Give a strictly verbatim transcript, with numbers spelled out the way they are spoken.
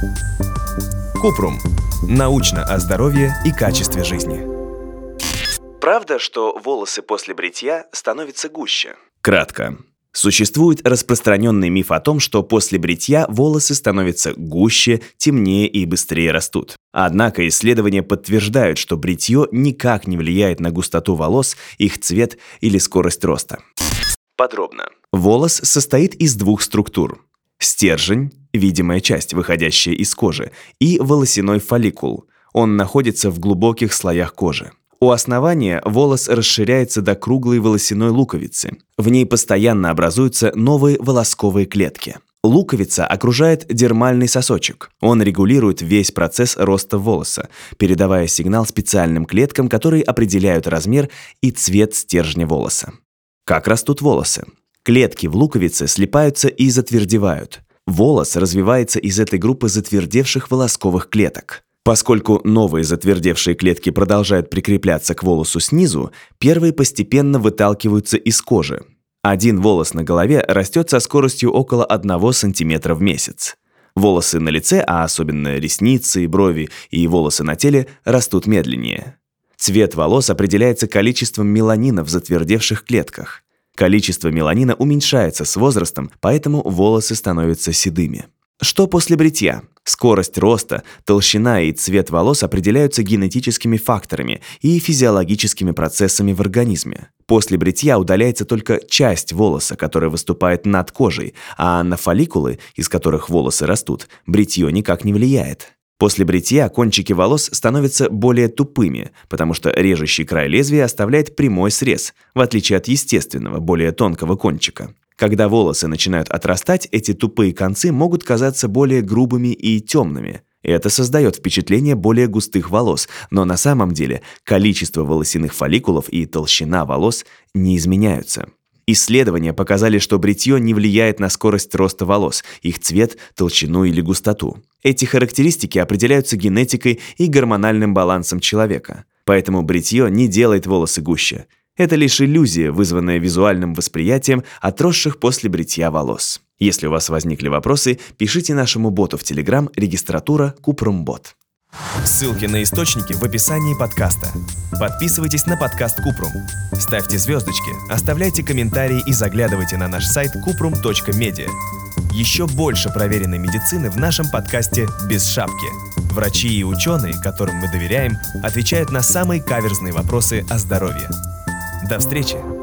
Купрум. Научно о здоровье и качестве жизни. Правда, что волосы после бритья становятся гуще? Кратко. Существует распространенный миф о том, что после бритья волосы становятся гуще, темнее и быстрее растут. Однако исследования подтверждают, что бритье никак не влияет на густоту волос, их цвет или скорость роста. Подробно. Волос состоит из двух структур. Стержень, видимая часть, выходящая из кожи, и волосяной фолликул. Он находится в глубоких слоях кожи. У основания волос расширяется до круглой волосяной луковицы. В ней постоянно образуются новые волосковые клетки. Луковица окружает дермальный сосочек. Он регулирует весь процесс роста волоса, передавая сигнал специальным клеткам, которые определяют размер и цвет стержня волоса. Как растут волосы? Клетки в луковице слипаются и затвердевают. Волос развивается из этой группы затвердевших волосковых клеток. Поскольку новые затвердевшие клетки продолжают прикрепляться к волосу снизу, первые постепенно выталкиваются из кожи. Один волос на голове растет со скоростью около одного сантиметра в месяц. Волосы на лице, а особенно ресницы, брови и волосы на теле, растут медленнее. Цвет волос определяется количеством меланина в затвердевших клетках. Количество меланина уменьшается с возрастом, поэтому волосы становятся седыми. Что после бритья? Скорость роста, толщина и цвет волос определяются генетическими факторами и физиологическими процессами в организме. После бритья удаляется только часть волоса, которая выступает над кожей, а на фолликулы, из которых волосы растут, бритье никак не влияет. После бритья кончики волос становятся более тупыми, потому что режущий край лезвия оставляет прямой срез, в отличие от естественного, более тонкого кончика. Когда волосы начинают отрастать, эти тупые концы могут казаться более грубыми и темными. Это создает впечатление более густых волос, но на самом деле количество волосяных фолликулов и толщина волос не изменяются. Исследования показали, что бритье не влияет на скорость роста волос, их цвет, толщину или густоту. Эти характеристики определяются генетикой и гормональным балансом человека. Поэтому бритье не делает волосы гуще. Это лишь иллюзия, вызванная визуальным восприятием отросших после бритья волос. Если у вас возникли вопросы, пишите нашему боту в Telegram регистратура Купрумбот. Ссылки на источники в описании подкаста. Подписывайтесь на подкаст Купрум. Ставьте звездочки, оставляйте комментарии и заглядывайте на наш сайт купрум точка медиа. Еще больше проверенной медицины в нашем подкасте «Без шапки». Врачи и ученые, которым мы доверяем, отвечают на самые каверзные вопросы о здоровье. До встречи!